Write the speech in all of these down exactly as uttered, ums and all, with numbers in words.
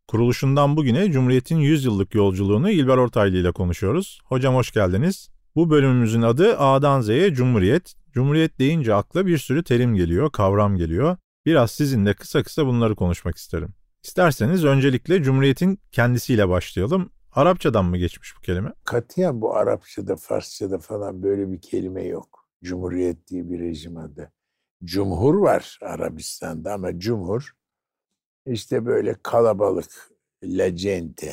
Kuruluşundan bugüne Cumhuriyet'in yüz yıllık yolculuğunu İlber Ortaylı ile konuşuyoruz. Hocam hoş geldiniz. Bu bölümümüzün adı A'dan Z'ye Cumhuriyet. Cumhuriyet deyince akla bir sürü terim geliyor, kavram geliyor. Biraz sizinle kısa kısa bunları konuşmak isterim. İsterseniz öncelikle Cumhuriyet'in kendisiyle başlayalım. Arapçadan mı geçmiş bu kelime? Katiyen bu Arapçada, Farsçada falan böyle bir kelime yok. Cumhuriyet diye bir rejim adı. Cumhur var Arabistan'da ama cumhur işte böyle kalabalık, la gente,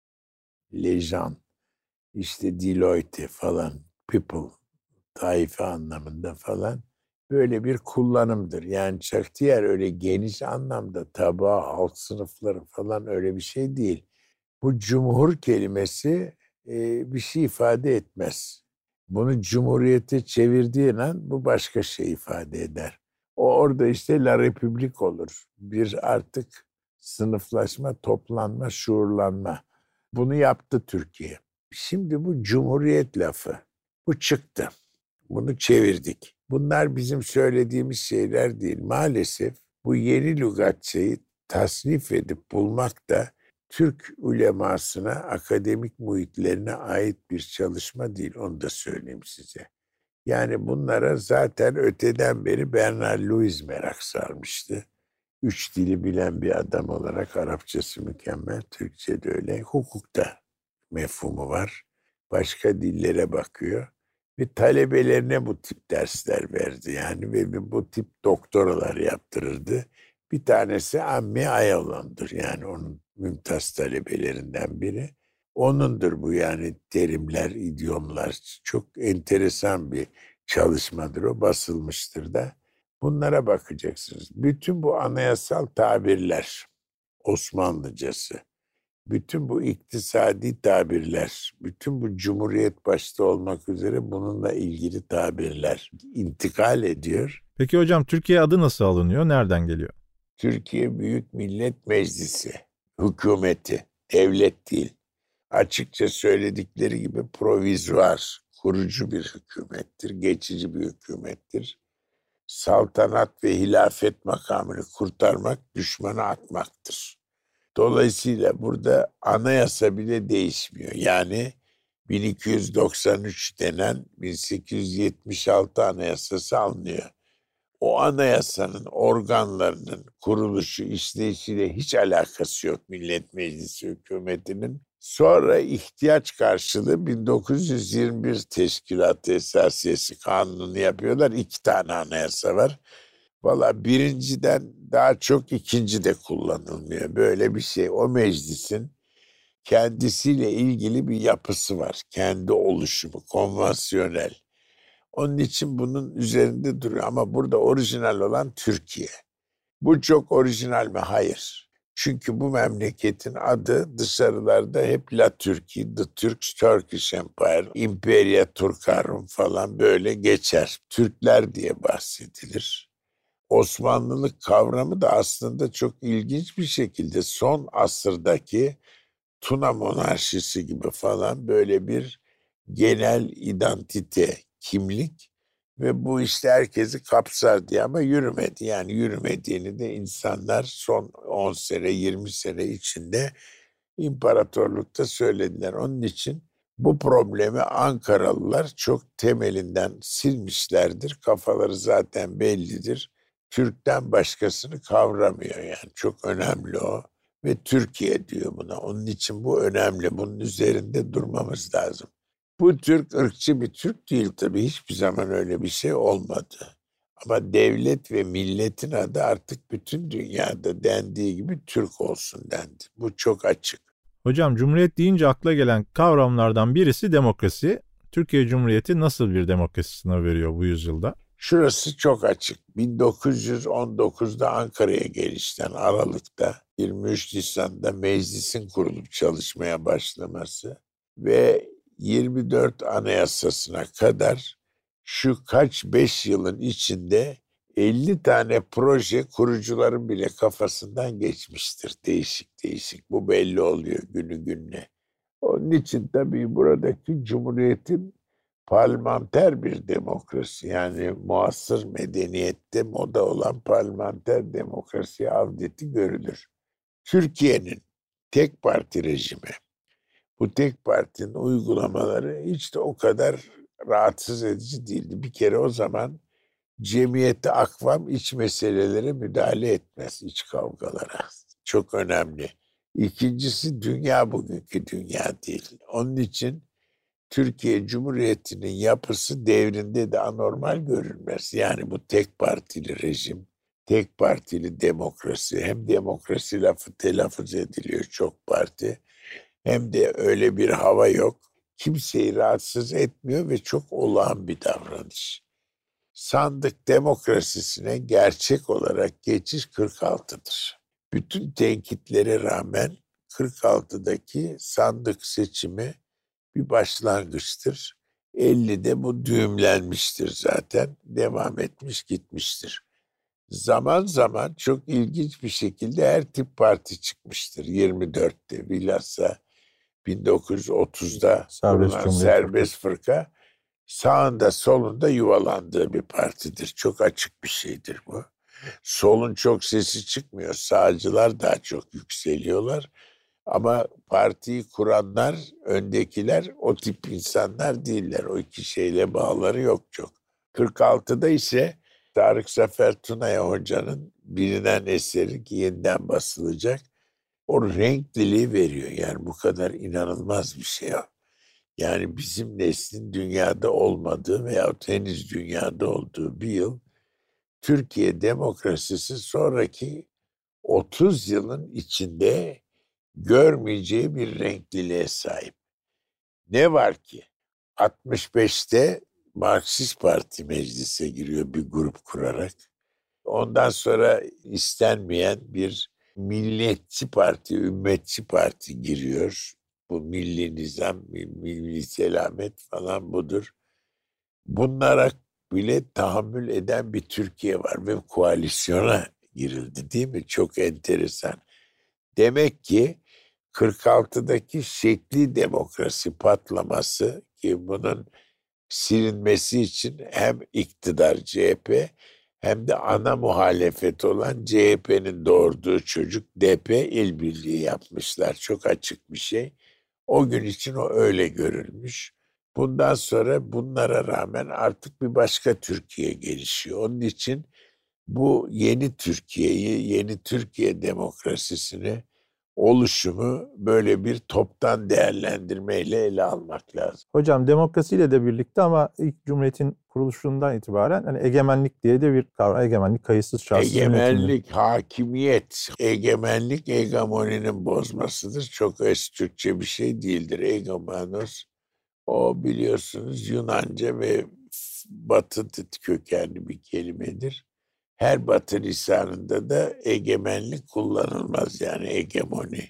lejan, işte Deloitte falan, people, taife anlamında falan böyle bir kullanımdır. Yani Çaktiyer öyle geniş anlamda tabağı, alt sınıfları falan öyle bir şey değil. Bu cumhur kelimesi e, bir şey ifade etmez. Bunu cumhuriyete çevirdiğin an bu başka şey ifade eder. O orada işte La Republik olur. Bir artık sınıflaşma, toplanma, şuurlanma. Bunu yaptı Türkiye. Şimdi bu cumhuriyet lafı, bu çıktı. Bunu çevirdik. Bunlar bizim söylediğimiz şeyler değil. Maalesef bu yeni lügatçayı tasnif edip bulmak da Türk ulemasına, akademik muhitlerine ait bir çalışma değil. Onu da söyleyeyim size. Yani bunlara zaten öteden beri Bernard Lewis merak sarmıştı. Üç dili bilen bir adam olarak Arapçası mükemmel, Türkçe de öyle. Hukukta mefhumu var. Başka dillere bakıyor. Ve talebelerine bu tip dersler verdi yani ve bu tip doktoralar yaptırırdı. Bir tanesi Ammi Ayalan'dır yani onun mümtaz talebelerinden biri. Onundur bu yani terimler, idiomlar çok enteresan bir çalışmadır o basılmıştır da. Bunlara bakacaksınız. Bütün bu anayasal tabirler Osmanlıcası, bütün bu iktisadi tabirler, bütün bu cumhuriyet başta olmak üzere bununla ilgili tabirler intikal ediyor. Peki hocam Türkiye adı nasıl alınıyor, nereden geliyor? Türkiye Büyük Millet Meclisi, hükümeti, devlet değil. Açıkça söyledikleri gibi provizvar, kurucu bir hükümettir, geçici bir hükümettir. Saltanat ve hilafet makamını kurtarmak, düşmana atmaktır. Dolayısıyla burada anayasa bile değişmiyor. Yani bin iki yüz doksan üç denen bin sekiz yüz yetmiş altı anayasası alınıyor. O anayasanın organlarının kuruluşu, işleyişiyle hiç alakası yok Millet Meclisi hükümetinin. Sonra ihtiyaç karşılığı bin dokuz yüz yirmi bir Teşkilat-ı Esasiyesi Kanunu'nu yapıyorlar. İki tane anayasa var. Valla birinciden daha çok ikinci de kullanılmıyor. Böyle bir şey. O meclisin kendisiyle ilgili bir yapısı var. Kendi oluşumu, konvansiyonel. Onun için bunun üzerinde duruyor. Ama burada orijinal olan Türkiye. Bu çok orijinal mi? Hayır. Çünkü bu memleketin adı dışarılarda hep La Turkey, The Turks, Turkish Empire, Imperia Turcarum falan böyle geçer. Türkler diye bahsedilir. Osmanlılık kavramı da aslında çok ilginç bir şekilde son asırdaki Tuna monarşisi gibi falan böyle bir genel identite, kimlik ve bu işte herkesi kapsar diye ama yürümedi. Yani yürümediğini de insanlar son on sene, yirmi sene içinde imparatorlukta söylediler. Onun için bu problemi Ankaralılar çok temelinden silmişlerdir. Kafaları zaten bellidir. Türk'ten başkasını kavramıyor yani. Çok önemli o. Ve Türkiye diyor buna. Onun için bu önemli. Bunun üzerinde durmamız lazım. Bu Türk ırkçı bir Türk değil tabii. Hiçbir zaman öyle bir şey olmadı. Ama devlet ve milletin adı artık bütün dünyada dendiği gibi Türk olsun dendi. Bu çok açık. Hocam Cumhuriyet deyince akla gelen kavramlardan birisi demokrasi. Türkiye Cumhuriyeti nasıl bir demokrasi sınavı veriyor bu yüzyılda? Şurası çok açık. bin dokuz yüz on dokuzda Ankara'ya gelişten Aralık'ta yirmi üç Nisan'da meclisin kurulup çalışmaya başlaması ve yirmi dört Anayasasına kadar şu kaç beş yılın içinde elli tane proje kurucuların bile kafasından geçmiştir. Değişik değişik. Bu belli oluyor günü gününe. Onun için tabii buradaki Cumhuriyet'in parlamenter bir demokrasi yani muasır medeniyette moda olan parlamenter demokrasi avdeti görülür. Türkiye'nin tek parti rejimi. Bu tek partinin uygulamaları hiç de o kadar rahatsız edici değildi. Bir kere o zaman cemiyette akvam iç meselelere müdahale etmez, iç kavgalara. Çok önemli. İkincisi dünya bugünkü dünya değil. Onun için Türkiye Cumhuriyeti'nin yapısı devrinde de anormal görülmez. Yani bu tek partili rejim, tek partili demokrasi, hem demokrasi lafı telaffuz ediliyor çok parti, hem de öyle bir hava yok. Kimseyi rahatsız etmiyor ve çok olağan bir davranış. Sandık demokrasisine gerçek olarak geçiş kırk altıdır. Bütün tenkitlere rağmen kırk altıdaki sandık seçimi bir başlangıçtır. ellide bu düğümlenmiştir zaten. Devam etmiş gitmiştir. Zaman zaman çok ilginç bir şekilde her tip parti çıkmıştır. yirmi dörtte bilhassa bin dokuz yüz otuzda Serbest kurulan Cumhuriyet serbest fırka sağında solunda yuvalandığı bir partidir. Çok açık bir şeydir bu. Solun çok sesi çıkmıyor. Sağcılar daha çok yükseliyorlar. Ama partiyi kuranlar, öndekiler o tip insanlar değiller. O iki şeyle bağları yok çok. kırk altıda ise Tarık Zafer Tunaya Hoca'nın bilinen eseri ki yeniden basılacak. O renkliliği veriyor. Yani bu kadar inanılmaz bir şey. Yani bizim neslin dünyada olmadığı veyahut henüz dünyada olduğu bir yıl Türkiye demokrasisi sonraki otuz yılın içinde görmeyeceği bir renkliliğe sahip. Ne var ki altmış beşte Marksist Parti meclise giriyor bir grup kurarak. Ondan sonra istenmeyen bir milliyetçi parti, ümmetçi parti giriyor. Bu milli nizam, milli selamet falan budur. Bunlara bile tahammül eden bir Türkiye var ve koalisyona girildi değil mi? Çok enteresan. Demek ki kırk altıdaki şekli demokrasi patlaması ki bunun silinmesi için hem iktidar C H P hem de ana muhalefet olan C H P'nin doğurduğu çocuk D P il birliği yapmışlar. Çok açık bir şey. O gün için o öyle görülmüş. Bundan sonra bunlara rağmen artık bir başka Türkiye gelişiyor. Onun için bu yeni Türkiye'yi, yeni Türkiye demokrasisini, oluşumu böyle bir toptan değerlendirmeyle ele almak lazım. Hocam demokrasiyle de birlikte ama ilk Cumhuriyet'in kuruluşundan itibaren hani egemenlik diye de bir kavram. Egemenlik kayıtsız şartsız yönetimdir. Egemenlik, hakimiyet, egemenlik hegemoninin bozmasıdır. Çok eski Türkçe bir şey değildir. Egemenos, o biliyorsunuz Yunanca ve Batı kökenli bir kelimedir. Her Batı lisanında da egemenlik kullanılmaz, yani hegemoni.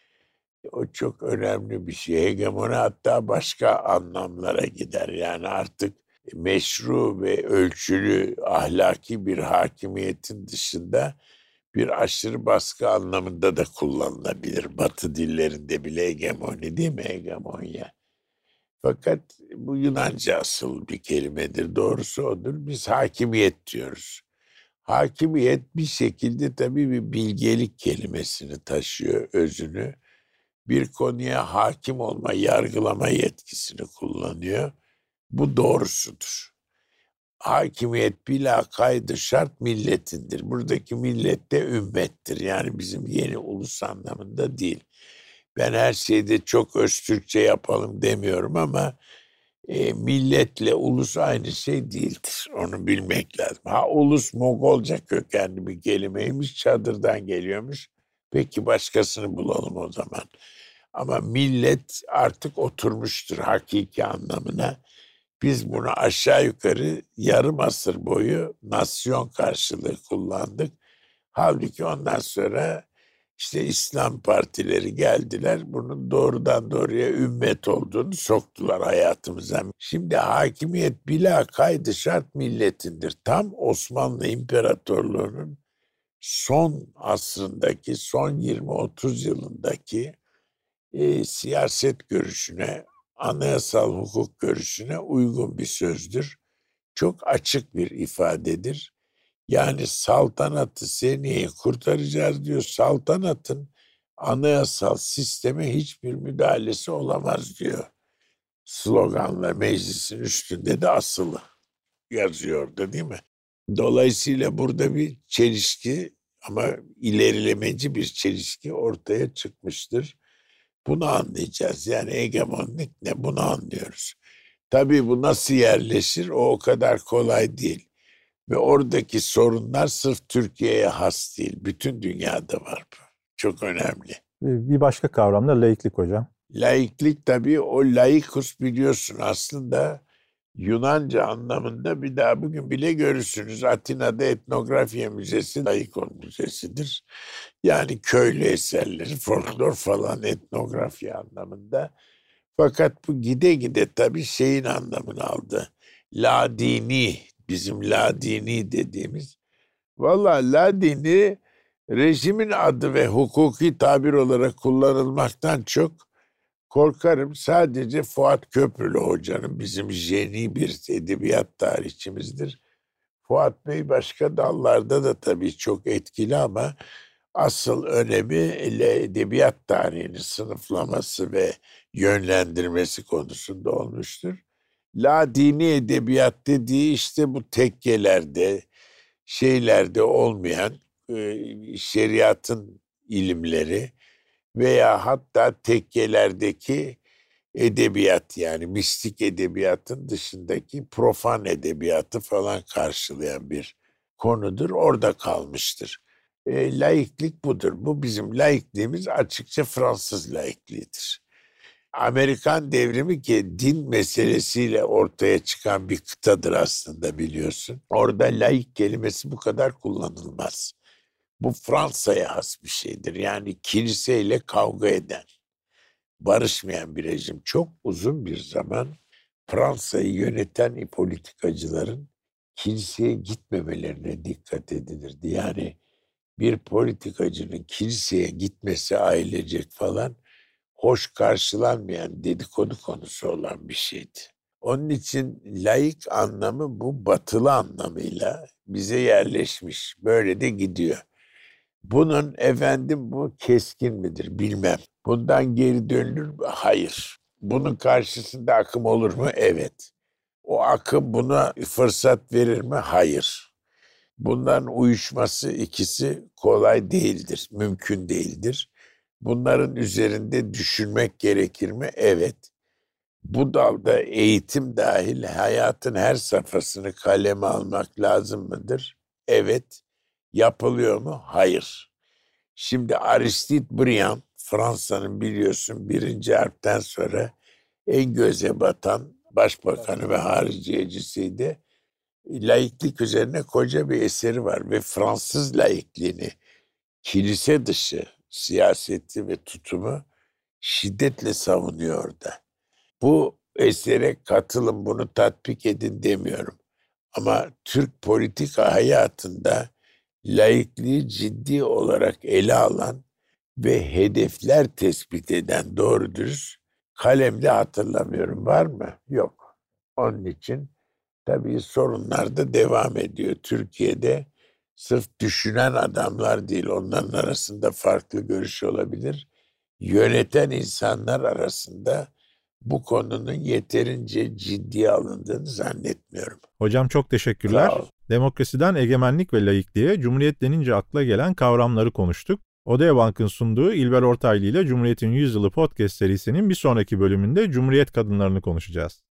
O çok önemli bir şey. Hegemoni hatta başka anlamlara gider. Yani artık meşru ve ölçülü ahlaki bir hakimiyetin dışında bir aşırı baskı anlamında da kullanılabilir. Batı dillerinde bile hegemoni değil mi? Hegemonya. Fakat bu Yunanca asıl bir kelimedir. Doğrusu odur. Biz hakimiyet diyoruz. Hakimiyet bir şekilde tabii bir bilgelik kelimesini taşıyor, özünü. Bir konuya hakim olma, yargılama yetkisini kullanıyor. Bu doğrusudur. Hakimiyet bila kaydı şart milletindir. Buradaki millet de ümmettir. Yani bizim yeni ulus anlamında değil. Ben her şeyde çok Öztürkçe yapalım demiyorum ama e, milletle ulus aynı şey değildir. Onu bilmek lazım. Ha, ulus Mogolca kökenli bir kelimeymiş, çadırdan geliyormuş. Peki başkasını bulalım o zaman. Ama millet artık oturmuştur hakiki anlamına. Biz bunu aşağı yukarı yarım asır boyu nasyon karşılığı kullandık. Halbuki ondan sonra işte İslam partileri geldiler. Bunun doğrudan doğruya ümmet olduğunu soktular hayatımıza. Şimdi hakimiyet bila kaydı şart milletindir. Tam Osmanlı İmparatorluğu'nun son asrındaki, son yirmi otuz yılındaki e, siyaset görüşüne, anayasal hukuk görüşüne uygun bir sözdür. Çok açık bir ifadedir. Yani saltanatı seniyeyi kurtaracağız diyor. Saltanatın anayasal sisteme hiçbir müdahalesi olamaz diyor. Sloganla meclisin üstünde de asılı yazıyordu, değil mi? Dolayısıyla burada bir çelişki, ama ilerilemeci bir çelişki ortaya çıkmıştır. Bunu anlayacağız. Yani hegemonlik ne, bunu anlıyoruz. Tabii bu nasıl yerleşir, o o kadar kolay değil. Ve oradaki sorunlar sırf Türkiye'ye has değil. Bütün dünyada var bu. Çok önemli. Bir başka kavram da laiklik hocam. Laiklik tabii, o laikus biliyorsun aslında Yunanca anlamında, bir daha bugün bile görürsünüz. Atina'da Etnografya Müzesi Laikon Müzesi'dir. Yani köylü eserleri, folklor falan etnografya anlamında. Fakat bu gide gide tabii şeyin anlamını aldı. Ladini, bizim ladini dediğimiz. Vallahi ladini rejimin adı ve hukuki tabir olarak kullanılmaktan çok korkarım sadece Fuat Köprülü Hoca'nın, bizim jeni bir edebiyat tarihçimizdir. Fuat Bey başka dallarda da tabii çok etkili, ama asıl önemi edebiyat tarihini sınıflaması ve yönlendirmesi konusunda olmuştur. Ladini edebiyat dediği işte bu tekkelerde, şeylerde olmayan e, şeriatın ilimleri veya hatta tekkelerdeki edebiyat, yani mistik edebiyatın dışındaki profan edebiyatı falan karşılayan bir konudur. Orada kalmıştır. E, laiklik budur. Bu bizim laikliğimiz açıkça Fransız laikliğidir. Amerikan devrimi ki din meselesiyle ortaya çıkan bir kıtadır aslında, biliyorsun. Orada laik kelimesi bu kadar kullanılmaz. Bu Fransa'ya has bir şeydir. Yani kiliseyle kavga eden, barışmayan bir rejim. Çok uzun bir zaman Fransa'yı yöneten politikacıların kiliseye gitmemelerine dikkat edilirdi. Yani bir politikacının kiliseye gitmesi ailecek falan hoş karşılanmayan, dedikodu konusu olan bir şeydi. Onun için laik anlamı bu batılı anlamıyla bize yerleşmiş. Böyle de gidiyor. Bunun efendim bu keskin midir bilmem. Bundan geri dönülür mü? Hayır. Bunun karşısında akım olur mu? Evet. O akım buna fırsat verir mi? Hayır. Bunların uyuşması ikisi kolay değildir, mümkün değildir. Bunların üzerinde düşünmek gerekir mi? Evet. Bu dalda eğitim dahil hayatın her safhasını kaleme almak lazım mıdır? Evet. Yapılıyor mu? Hayır. Şimdi Aristide Briand, Fransa'nın biliyorsun birinci harpten sonra en göze batan başbakanı ve hariciyecisiydi. Laiklik üzerine koca bir eseri var ve Fransız laikliğini, kilise dışı siyaseti ve tutumu şiddetle savunuyor orada. Bu esere katılın, bunu tatbik edin demiyorum. Ama Türk politika hayatında laikliği ciddi olarak ele alan ve hedefler tespit eden doğru dürüst kalemde hatırlamıyorum. Var mı? Yok. Onun için tabii sorunlar da devam ediyor. Türkiye'de sırf düşünen adamlar değil, onların arasında farklı görüş olabilir. Yöneten insanlar arasında bu konunun yeterince ciddiye alındığını zannetmiyorum. Hocam çok teşekkürler. Sağ ol. Demokrasiden egemenlik ve laikliğe, Cumhuriyet denince akla gelen kavramları konuştuk. Odea Bank'ın sunduğu İlber Ortaylı ile Cumhuriyet'in yüz Yılı podcast serisinin bir sonraki bölümünde Cumhuriyet kadınlarını konuşacağız.